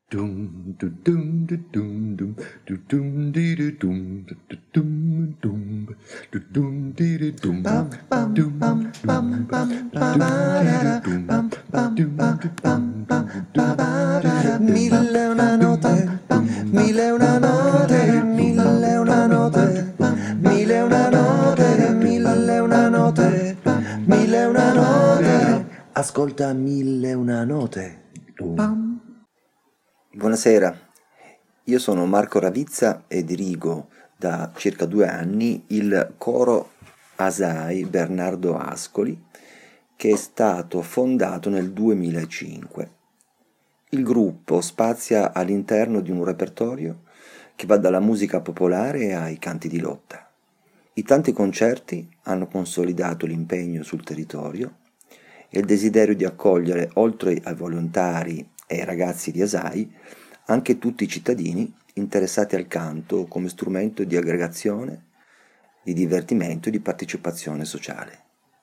Dum dum dum dum dum dum dum dum dum dum dum dum Bam bam bam bam bam ba-ba-da-da, bam bam bam bam bam ba-ba-da-da. Mille e una note, mille e una note, mille e una note, mille e una note, mille e una note, mille e una note. Ascolta mille e una note. Bam. Buonasera, io sono Marco Ravizza e dirigo da circa 2 anni il coro Asai Bernardo Ascoli, che è stato fondato nel 2005. Il gruppo spazia all'interno di un repertorio che va dalla musica popolare ai canti di lotta. I tanti concerti hanno consolidato l'impegno sul territorio e il desiderio di accogliere, oltre ai volontari e ai ragazzi di Asai, anche tutti i cittadini interessati al canto come strumento di aggregazione, di divertimento e di partecipazione sociale.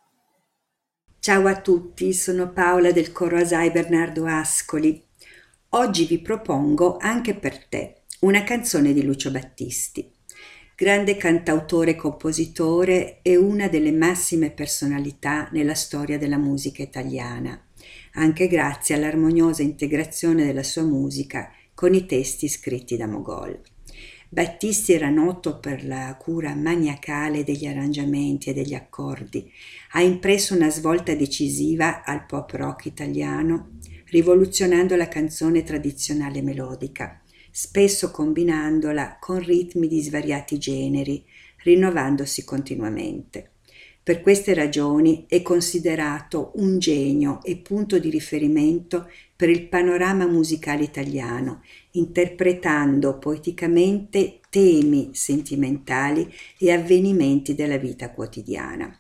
Ciao a tutti, sono Paola del coro Asai Bernardo Ascoli. Oggi vi propongo Anche per te, una canzone di Lucio Battisti. Grande cantautore e compositore e una delle massime personalità nella storia della musica italiana, anche grazie all'armoniosa integrazione della sua musica con i testi scritti da Mogol. Battisti era noto per la cura maniacale degli arrangiamenti e degli accordi. Ha impresso una svolta decisiva al pop rock italiano, rivoluzionando la canzone tradizionale melodica, spesso combinandola con ritmi di svariati generi, rinnovandosi continuamente. Per queste ragioni è considerato un genio e punto di riferimento per il panorama musicale italiano, interpretando poeticamente temi sentimentali e avvenimenti della vita quotidiana.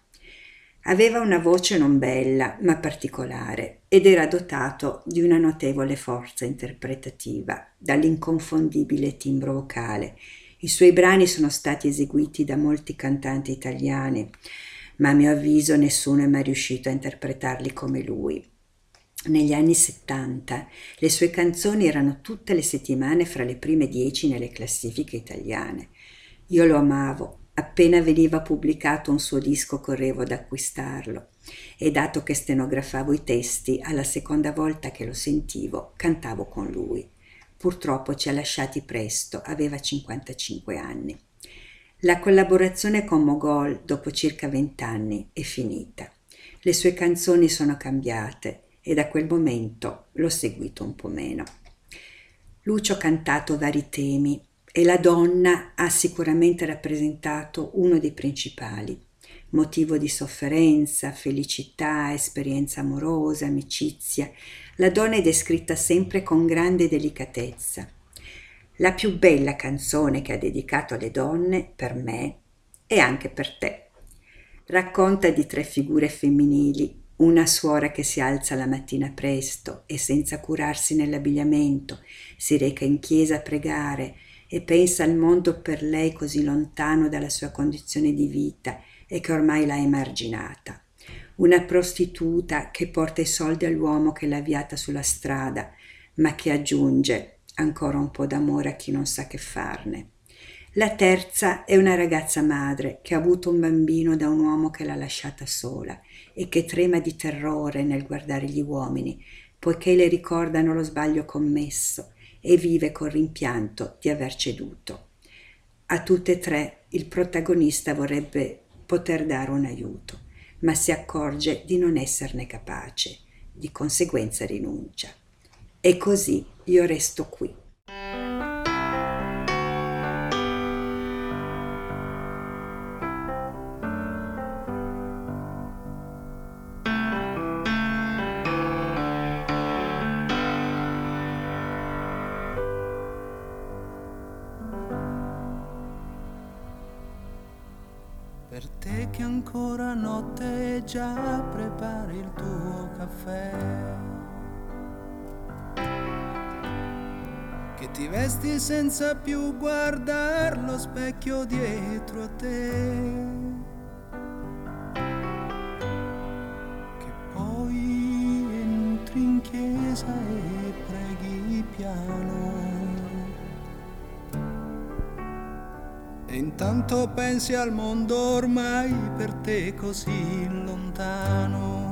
Aveva una voce non bella, ma particolare, ed era dotato di una notevole forza interpretativa, dall'inconfondibile timbro vocale. I suoi brani sono stati eseguiti da molti cantanti italiani, ma a mio avviso nessuno è mai riuscito a interpretarli come lui. Negli anni 70 le sue canzoni erano tutte le settimane fra le prime 10 nelle classifiche italiane. Io lo amavo. Appena veniva pubblicato un suo disco correvo ad acquistarlo e dato che stenografavo i testi, alla seconda volta che lo sentivo cantavo con lui. Purtroppo ci ha lasciati presto, aveva 55 anni. La collaborazione con Mogol dopo circa 20 anni è finita. Le sue canzoni sono cambiate e da quel momento l'ho seguito un po' meno. Lucio ha cantato vari temi e la donna ha sicuramente rappresentato uno dei principali, motivo di sofferenza, felicità, esperienza amorosa, amicizia. La donna è descritta sempre con grande delicatezza. La più bella canzone che ha dedicato alle donne, per me, è Anche per te. Racconta di 3 figure femminili, una suora che si alza la mattina presto e senza curarsi nell'abbigliamento si reca in chiesa a pregare e pensa al mondo per lei così lontano dalla sua condizione di vita e che ormai l'ha emarginata. Una prostituta che porta i soldi all'uomo che l'ha avviata sulla strada, ma che aggiunge ancora un po' d'amore a chi non sa che farne. La terza è una ragazza madre che ha avuto un bambino da un uomo che l'ha lasciata sola e che trema di terrore nel guardare gli uomini, poiché le ricordano lo sbaglio commesso e vive col rimpianto di aver ceduto. A tutte e 3 il protagonista vorrebbe poter dare un aiuto, ma si accorge di non esserne capace, di conseguenza rinuncia. E così io resto qui. Per te che ancora notte già prepari il tuo caffè, che ti vesti senza più guardare lo specchio dietro a te, che poi entri in chiesa e preghi piano. E intanto pensi al mondo ormai per te così lontano.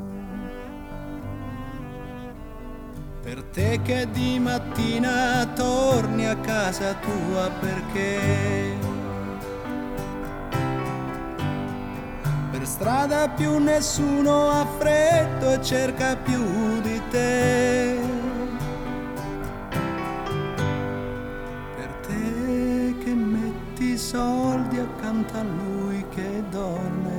Per te che di mattina torni a casa tua perché per strada più nessuno ha freddo e cerca più di te. Per te che metti i soldi accanto a lui che dorme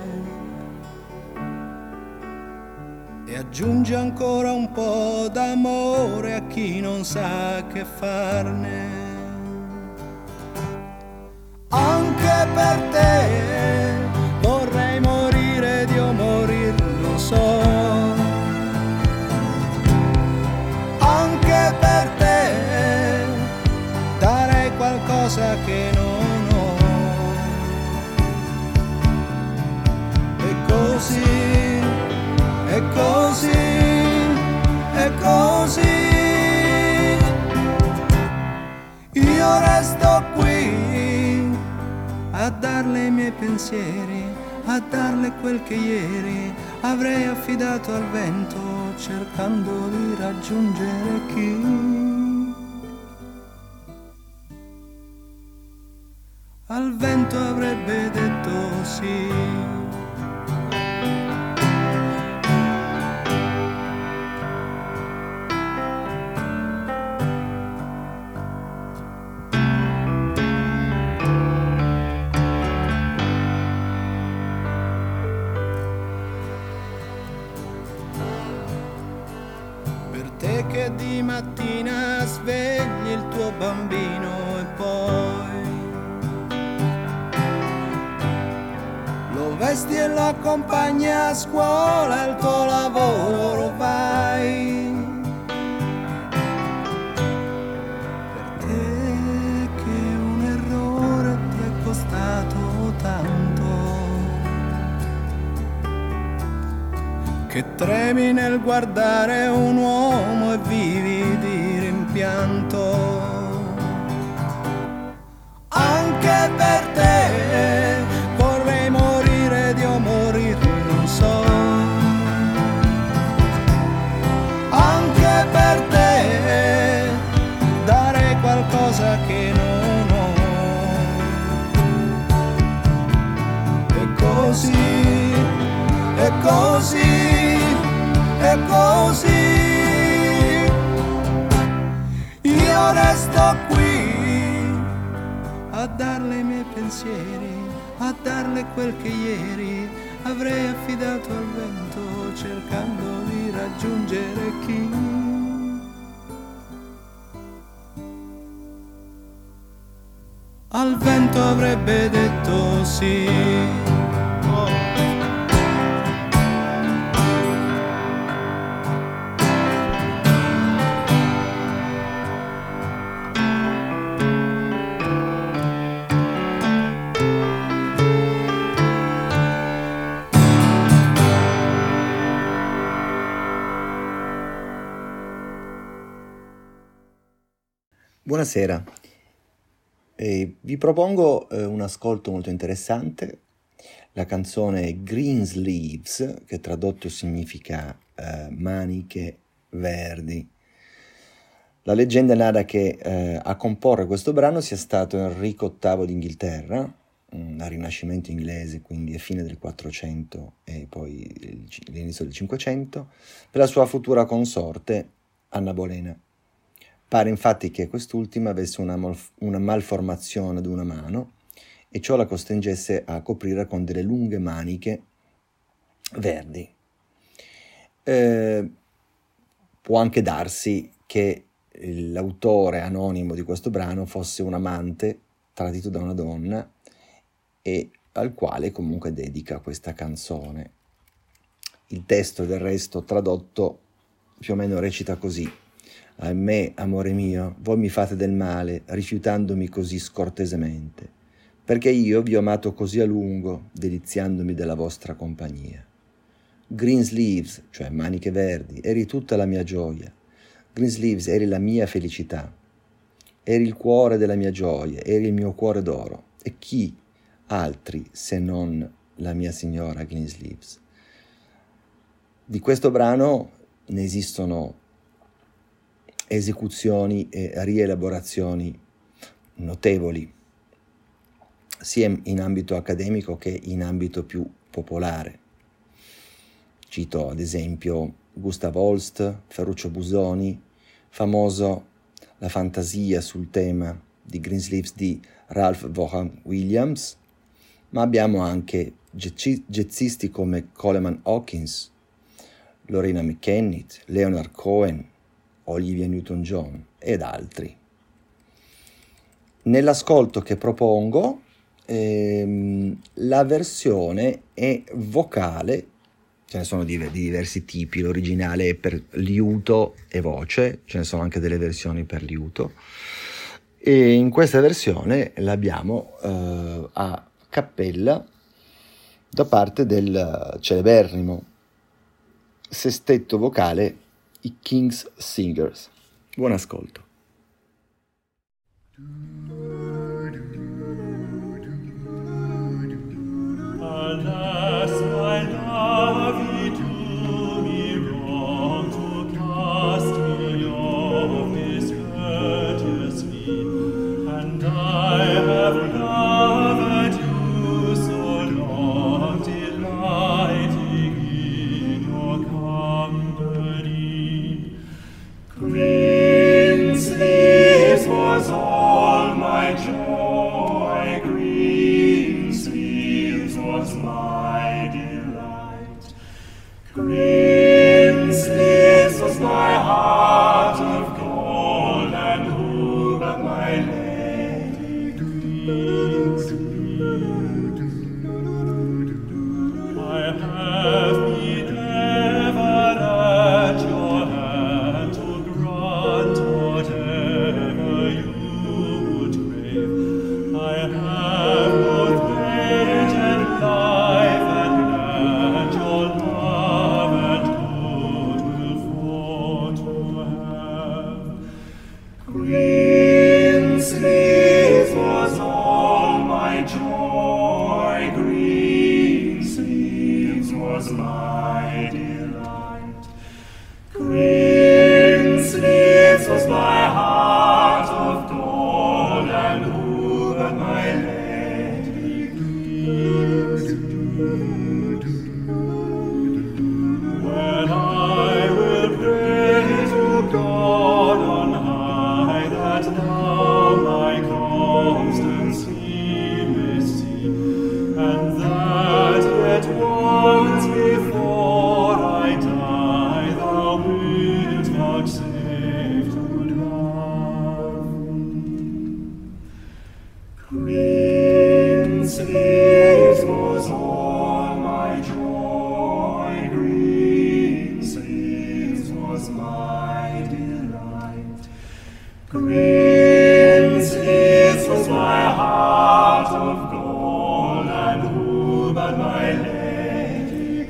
e aggiunge ancora un po' d'amore a chi non sa che farne. Anche per te vorrei morire di morir, lo so. Anche per te darei qualcosa che non ho. E così, e così, e così io resto qui a darle i miei pensieri, a darle quel che ieri avrei affidato al vento, cercando di raggiungere chi al vento avrebbe detto sì. Che di mattina svegli il tuo bambino e poi lo vesti e lo accompagni a scuola, al tuo lavoro vai. Per te che un errore ti è costato tanto, che tremi nel guardare un uomo e vivi di rimpianto. Anche per te vorrei morire di morir, non so. Anche per te dare qualcosa che non ho. E così, e così, e così io resto qui a darle i miei pensieri, a darle quel che ieri avrei affidato al vento, cercando di raggiungere chi al vento avrebbe detto sì. Buonasera, vi propongo un ascolto molto interessante, la canzone Green Sleeves, che tradotto significa maniche verdi. La leggenda narra che a comporre questo brano sia stato Enrico VIII d'Inghilterra, al Rinascimento inglese, quindi a fine del 400 e poi l'inizio del 500, per la sua futura consorte Anna Bolena. Pare infatti che quest'ultima avesse una malformazione ad una mano e ciò la costringesse a coprire con delle lunghe maniche verdi. Può anche darsi che l'autore anonimo di questo brano fosse un amante tradito da una donna e al quale comunque dedica questa canzone. Il testo del resto tradotto più o meno recita così: a me, amore mio, voi mi fate del male, rifiutandomi così scortesemente, perché io vi ho amato così a lungo, deliziandomi della vostra compagnia. Green sleeves, cioè maniche verdi, eri tutta la mia gioia. Greensleeves, eri la mia felicità, eri il cuore della mia gioia, eri il mio cuore d'oro. E chi altri se non la mia signora Greensleeves? Di questo brano ne esistono esecuzioni e rielaborazioni notevoli, sia in ambito accademico che in ambito più popolare. Cito ad esempio Gustav Holst, Ferruccio Busoni, famoso La fantasia sul tema di Greensleeves di Ralph Vaughan Williams, ma abbiamo anche jazzisti come Coleman Hawkins, Lorena McKennitt, Leonard Cohen, Olivia Newton-John ed altri. Nell'ascolto che propongo la versione è vocale, ce ne sono di diversi tipi, l'originale è per liuto e voce, ce ne sono anche delle versioni per liuto, e in questa versione l'abbiamo a cappella da parte del celeberrimo sestetto vocale i King's Singers. Buon ascolto. Alas, my love, ye do me wrong to cast me off discourteously, and I have loved you so long, delighting in your company. Greensleeves was all my joy, Greensleeves was my delight. Greensleeves was my heart of gold, and who but my lady Greensleeves? I have been ever at your hand to grant whatever you would crave. I have both great and life and land, your love and goodwill for to have. Greensleeves was all my joy, Greensleeves was my delight. Greensleeves was my heart of gold, and who but my lady Greensleeves? When I will pray to God on high, that thou my constancy may see, and that yet once before I die, thou wilt vouchsafe to love me. Greensleeves was all my joy, Greensleeves was my delight. Greensleeves was my heart of gold, and who but my lady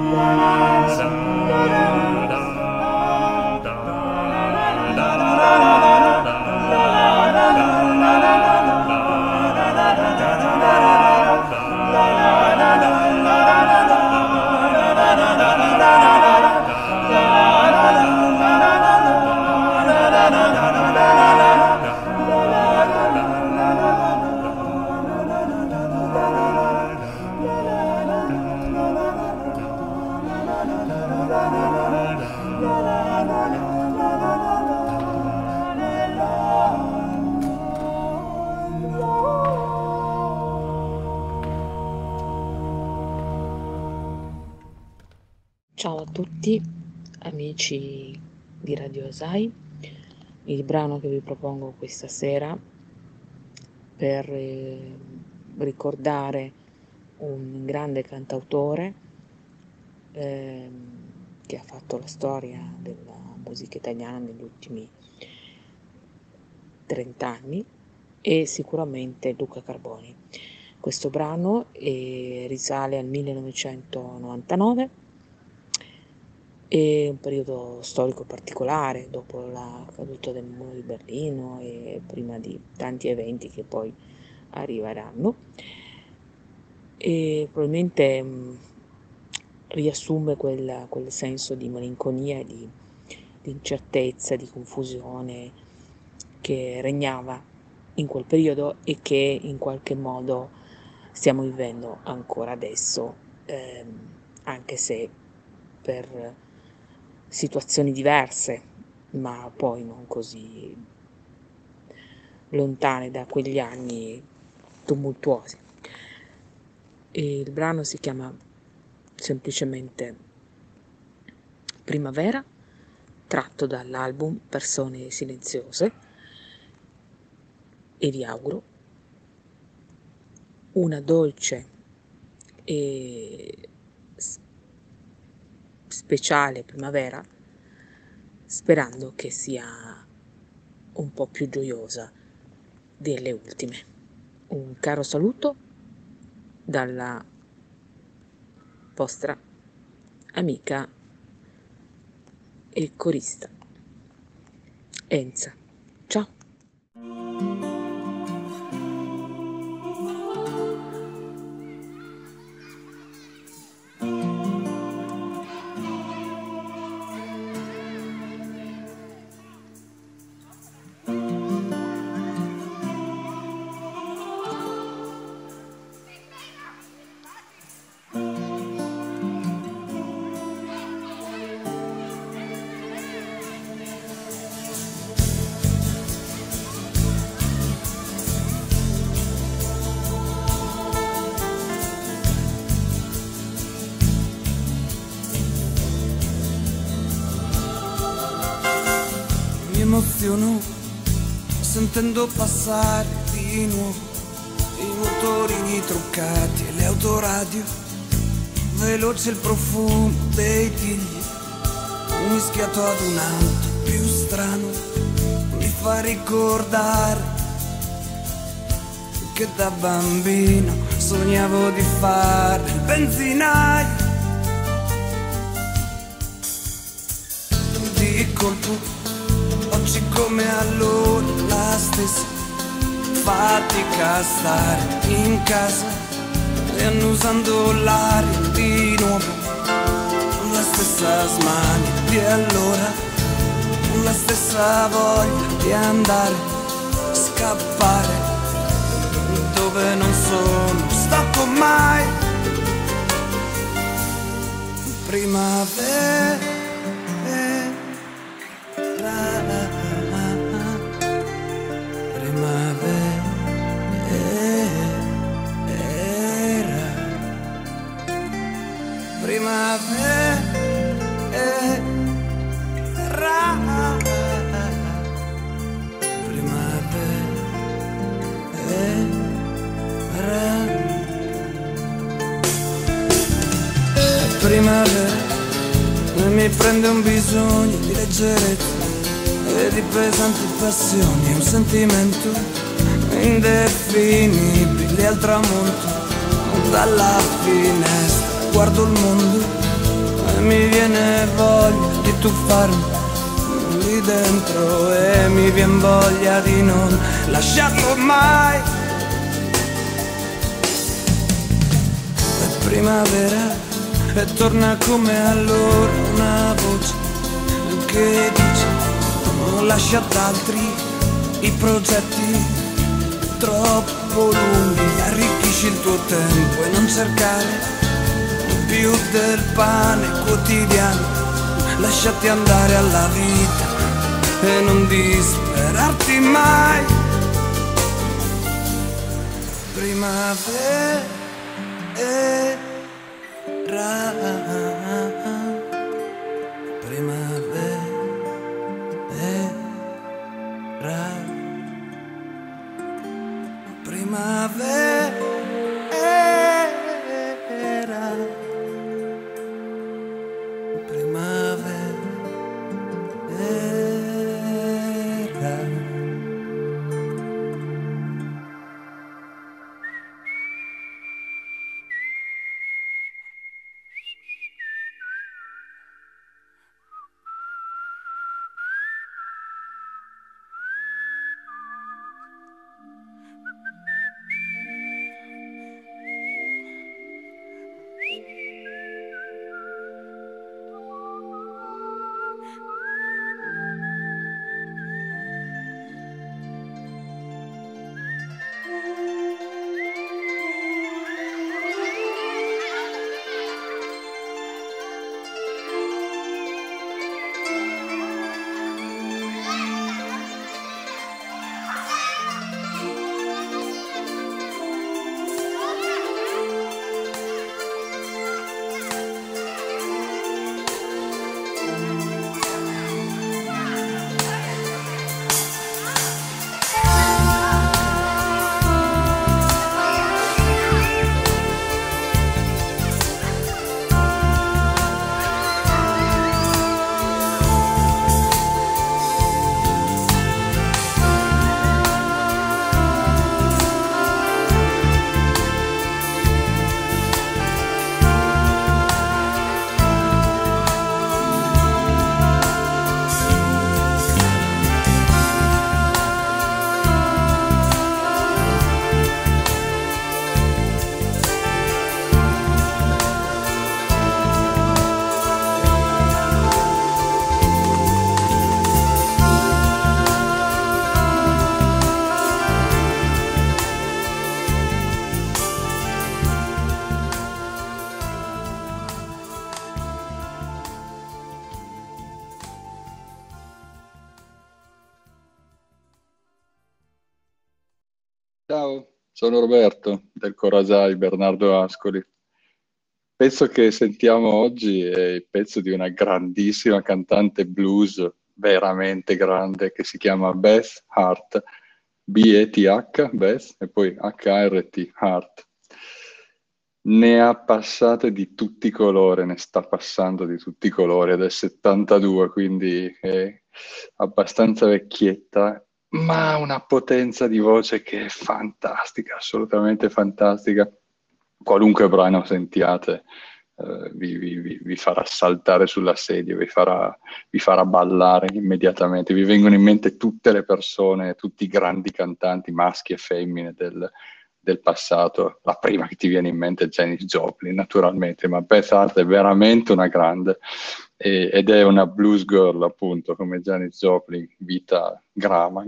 Ciao a tutti amici di Radio Asai, il brano che vi propongo questa sera per ricordare un grande cantautore che ha fatto la storia della musica italiana negli ultimi 30 anni è sicuramente Luca Carboni. Questo brano risale al 1999 È un periodo storico particolare, dopo la caduta del muro di Berlino e prima di tanti eventi che poi arriveranno, e probabilmente riassume quel senso di malinconia e di incertezza, di confusione che regnava in quel periodo e che in qualche modo stiamo vivendo ancora adesso, anche se per situazioni diverse, ma poi non così lontane da quegli anni tumultuosi. E il brano si chiama semplicemente Primavera, tratto dall'album Persone silenziose, e vi auguro una dolce e speciale primavera, sperando che sia un po' più gioiosa delle ultime. Un caro saluto dalla vostra amica e corista Enza. Ciao! Mi emoziono sentendo passare di nuovo i motorini truccati e le autoradio, veloce il profumo dei tigli mischiato ad un altro più strano, mi fa ricordare che da bambino sognavo di fare il benzinaio. Di colpo oggi come allora la stessa fatica a stare in casa e annusando l'aria di nuovo, la stessa smania di allora, la stessa voglia di andare, scappare dove non sono stato mai. Primavera, primavera mi prende un bisogno di leggerezza e di pesanti passioni, un sentimento indefinibile al tramonto. Dalla finestra guardo il mondo e mi viene voglia di tuffarmi lì dentro e mi vien voglia di non lasciarlo mai. È primavera e torna come allora una voce che dice non lascia ad altri i progetti troppo lunghi, arricchisci il tuo tempo e non cercare più del pane quotidiano, lasciati andare alla vita e non disperarti mai. Primavera, Ciao, sono Roberto del Corasai Bernardo Ascoli. Il pezzo che sentiamo oggi è il pezzo di una grandissima cantante blues, veramente grande, che si chiama Beth Hart, B-E-T-H, Beth, e poi H-R-T, Hart. Ne ha passate di tutti i colori, ne sta passando di tutti i colori, è del 72, quindi è abbastanza vecchietta, ma ha una potenza di voce che è fantastica, assolutamente fantastica. Qualunque brano sentiate vi farà saltare sulla sedia, vi farà ballare immediatamente. Vi vengono in mente tutte le persone, tutti i grandi cantanti, maschi e femmine del passato. La prima che ti viene in mente è Janis Joplin, naturalmente, ma Beth Hart è veramente una grande ed è una blues girl, appunto, come Janis Joplin, vita grama.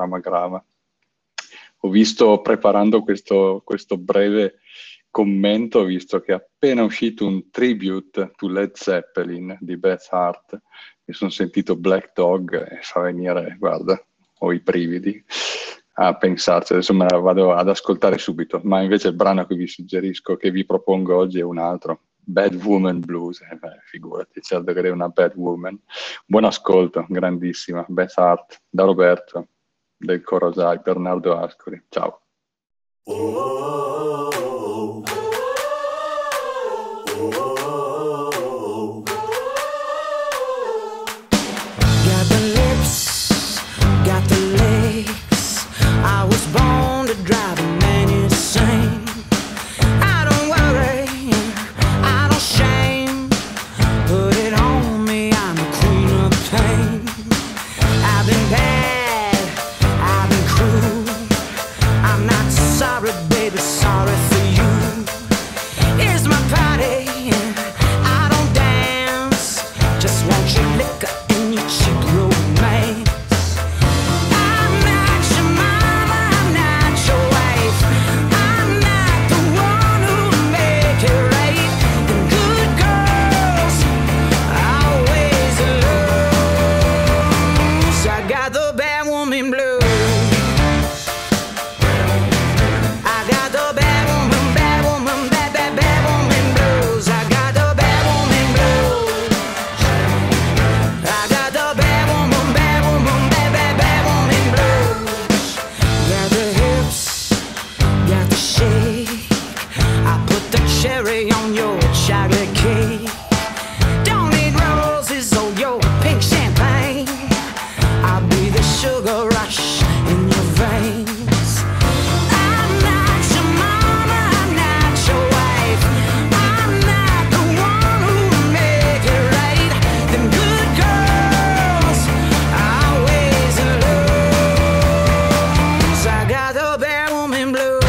Ho visto, preparando questo breve commento, ho visto che è appena uscito un tribute to Led Zeppelin di Beth Hart. Mi sono sentito Black Dog e fa venire, guarda, ho i brividi a pensarci. Adesso me la vado ad ascoltare subito, ma invece il brano che vi suggerisco, che vi propongo oggi, è un altro, Bad Woman Blues. Figurati, certo che è una bad woman. Buon ascolto, grandissima Beth Hart, da Roberto del Corosai Bernardo Ascoli. Ciao. Got the lips, got the legs. I was born to drive a man insane. I don't worry, I don't shame. Put it on me, I'm the queen of pain. I've been bad, I've been cruel. I'm not sorry, baby, sorry for you. Here's my party, I don't dance. Just want your liquor and your cheap romance. I'm not your mama, I'm not your wife. I'm not the one who'll make it right. The good girls always lose. I got the bad woman blues. I got the bad woman, bad woman, bad woman blues. I got the bad woman blues. I got the bad woman, bad woman, bad woman blues. Got the hips, got the shake. I put the cherry on your chocolate cake. Don't need roses or your pink champagne. I'll be the sugar rush in your veins. I'm not your mama, I'm not your wife. I'm not the one who'll make it right. Them good girls always lose. I got the bad woman blues.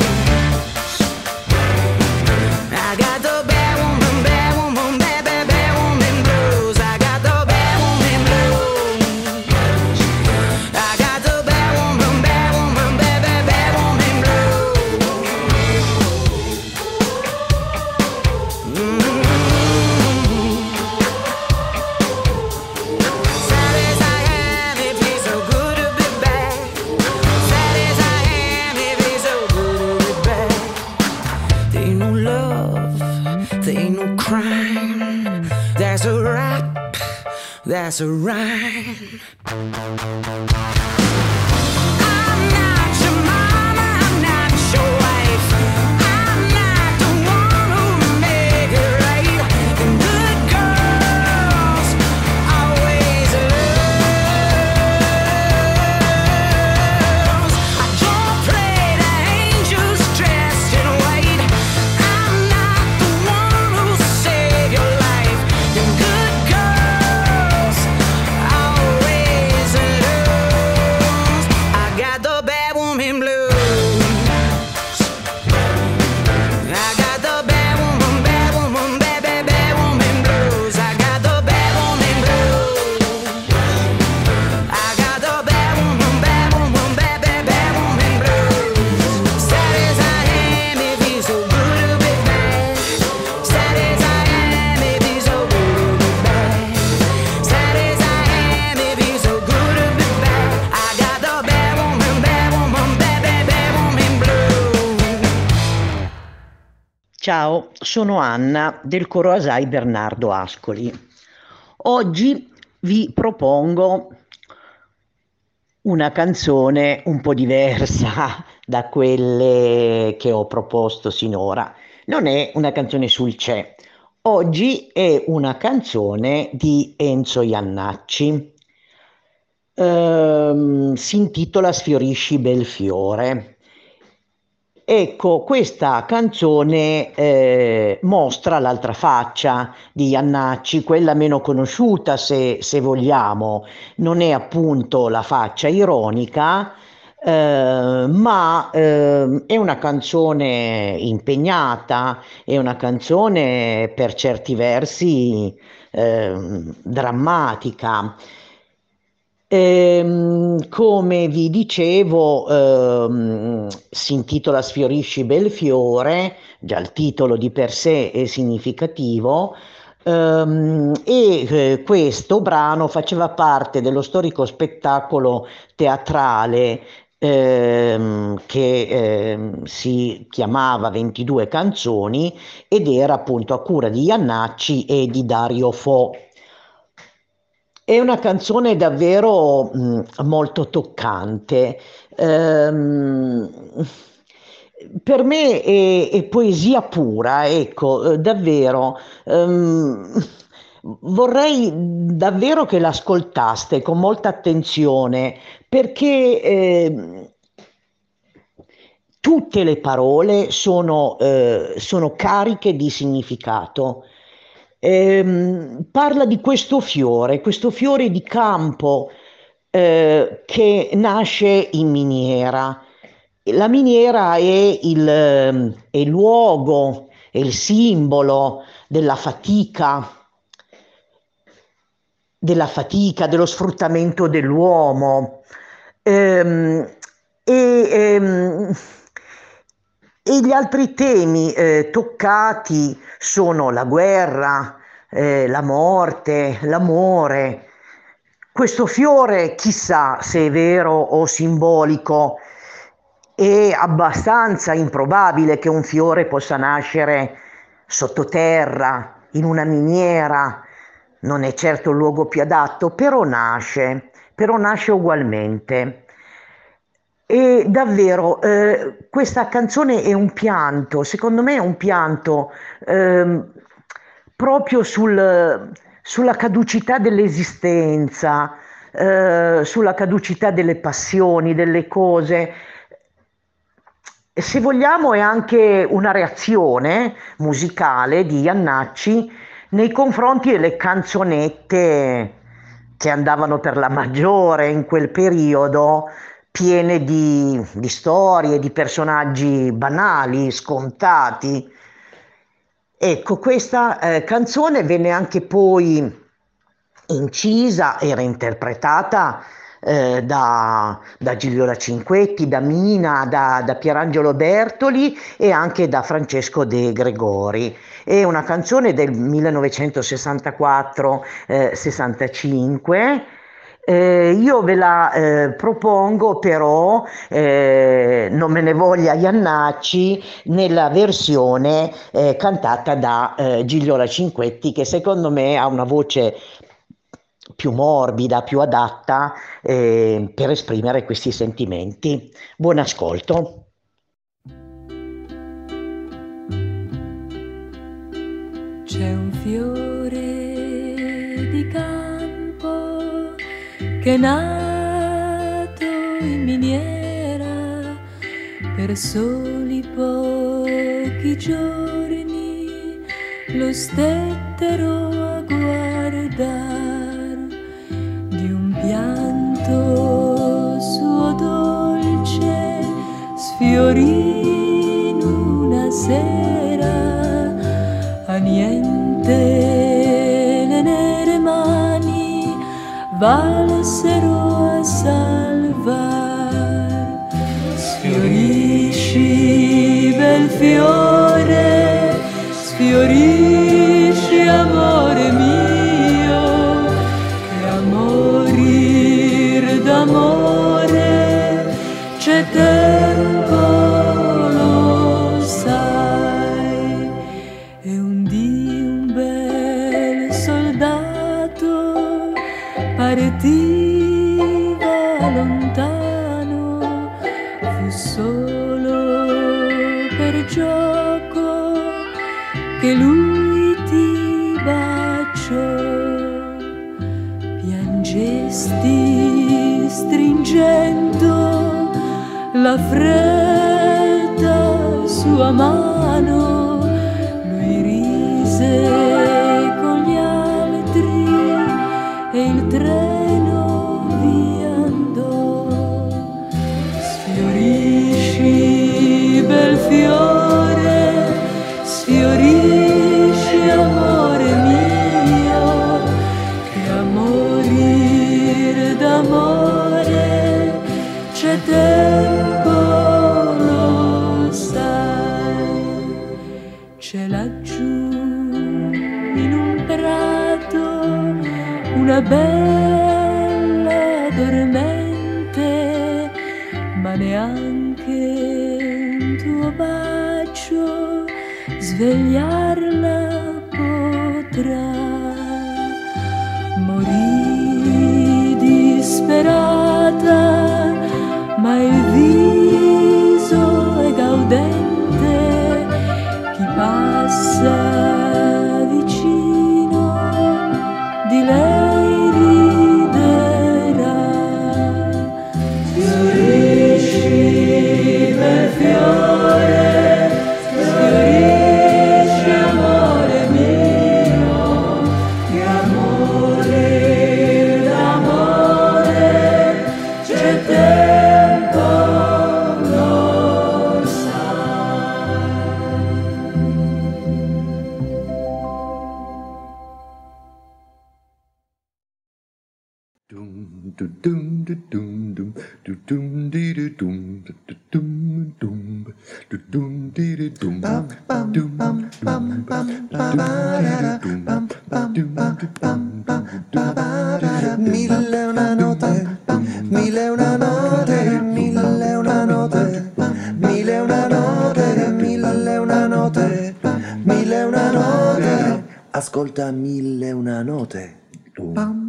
I got the bad woman, bad woman, bad woman blues. I got the bad woman blues. I got the bad woman, bad woman, bad woman blues. Sad as I am, it feels so good to be back. Sad as I am, it feels so good to be back. There ain't no love, there ain't no crime. That's a rap, that's a rhyme. I'm not your mama, I'm not your wife. I'm not the one who'll make it right. The good girls always lose. I don't play the angels dressed in white. I'm not the one who'll save your life. The good girls always lose. Ciao, sono Anna del coro Asai Bernardo Ascoli. Oggi vi propongo una canzone un po' diversa da quelle che ho proposto sinora. Non è una canzone sul C'è. Oggi è una canzone di Enzo Jannacci. Si intitola Sfiorisci bel fiore. Ecco, questa canzone mostra l'altra faccia di Jannacci, quella meno conosciuta se vogliamo, non è appunto la faccia ironica, ma è una canzone impegnata, è una canzone per certi versi drammatica. Come vi dicevo, si intitola Sfiorisci bel fiore, già il titolo di per sé è significativo, e questo brano faceva parte dello storico spettacolo teatrale che si chiamava 22 canzoni ed era appunto a cura di Jannacci e di Dario Fo. È una canzone davvero molto toccante. Per me è poesia pura, ecco, davvero. Vorrei davvero che l'ascoltaste con molta attenzione perché tutte le parole sono cariche di significato. Parla di questo fiore di campo che nasce in miniera. La miniera è il luogo, è il simbolo della fatica, dello sfruttamento dell'uomo. E gli altri temi toccati sono la guerra, la morte, l'amore. Questo fiore, chissà se è vero o simbolico, è abbastanza improbabile che un fiore possa nascere sottoterra, in una miniera. Non è certo il luogo più adatto, però nasce ugualmente. E davvero, questa canzone è un pianto, secondo me è un pianto proprio sulla caducità dell'esistenza, sulla caducità delle passioni, delle cose. Se vogliamo è anche una reazione musicale di Jannacci nei confronti delle canzonette che andavano per la maggiore in quel periodo, piene di storie, di personaggi banali, scontati. Ecco, questa canzone venne anche poi incisa, era interpretata da Gigliola Cinquetti, da Mina, da Pierangelo Bertoli e anche da Francesco De Gregori. È una canzone del 1964-65. Io ve la propongo però, non me ne voglia Jannacci, nella versione cantata da Gigliola Cinquetti, che secondo me ha una voce più morbida, più adatta per esprimere questi sentimenti. Buon ascolto. C'è un fiore di campo che è nato in miniera per soli pochi giorni, lo stettero a guardare, di un pianto suo dolce sfiorì in una sera, a niente le nere mani valsero a salvar. Sfiorisci bel fiore, sfiorisci amore mio, che a morir d'amore c'è tempo, lo sai. solo per gioco che lui ti baciò. Piangesti stringendo la fredda sua mano, lui rise con gli altri e il treno via andò. Sfiorisci bel fiore, sfiorisci amore mio, che a morir d'amore c'è tempo, lo sai. C'è laggiù in un prato una bella dormente, ma neanche un tuo bacio svegliarla potrà. Morì disperata, ma il viso è gaudente, chi passa vicino di lei riderà. Fiorisci bel fiore, fiorisci amore mio, che amore d'amore c'è tempo, lo sai. Dum dum dum dum dum dum dee dum dum dum dum dee dum Bam bam bam bam bam ba-ba-da-da, bam bam bam bam bam ba-ba-da-da. Mille e una note, mille e una note, mille e una note, mille e una note, mille e una note, mille e una note. Ascolta mille e una note. dum.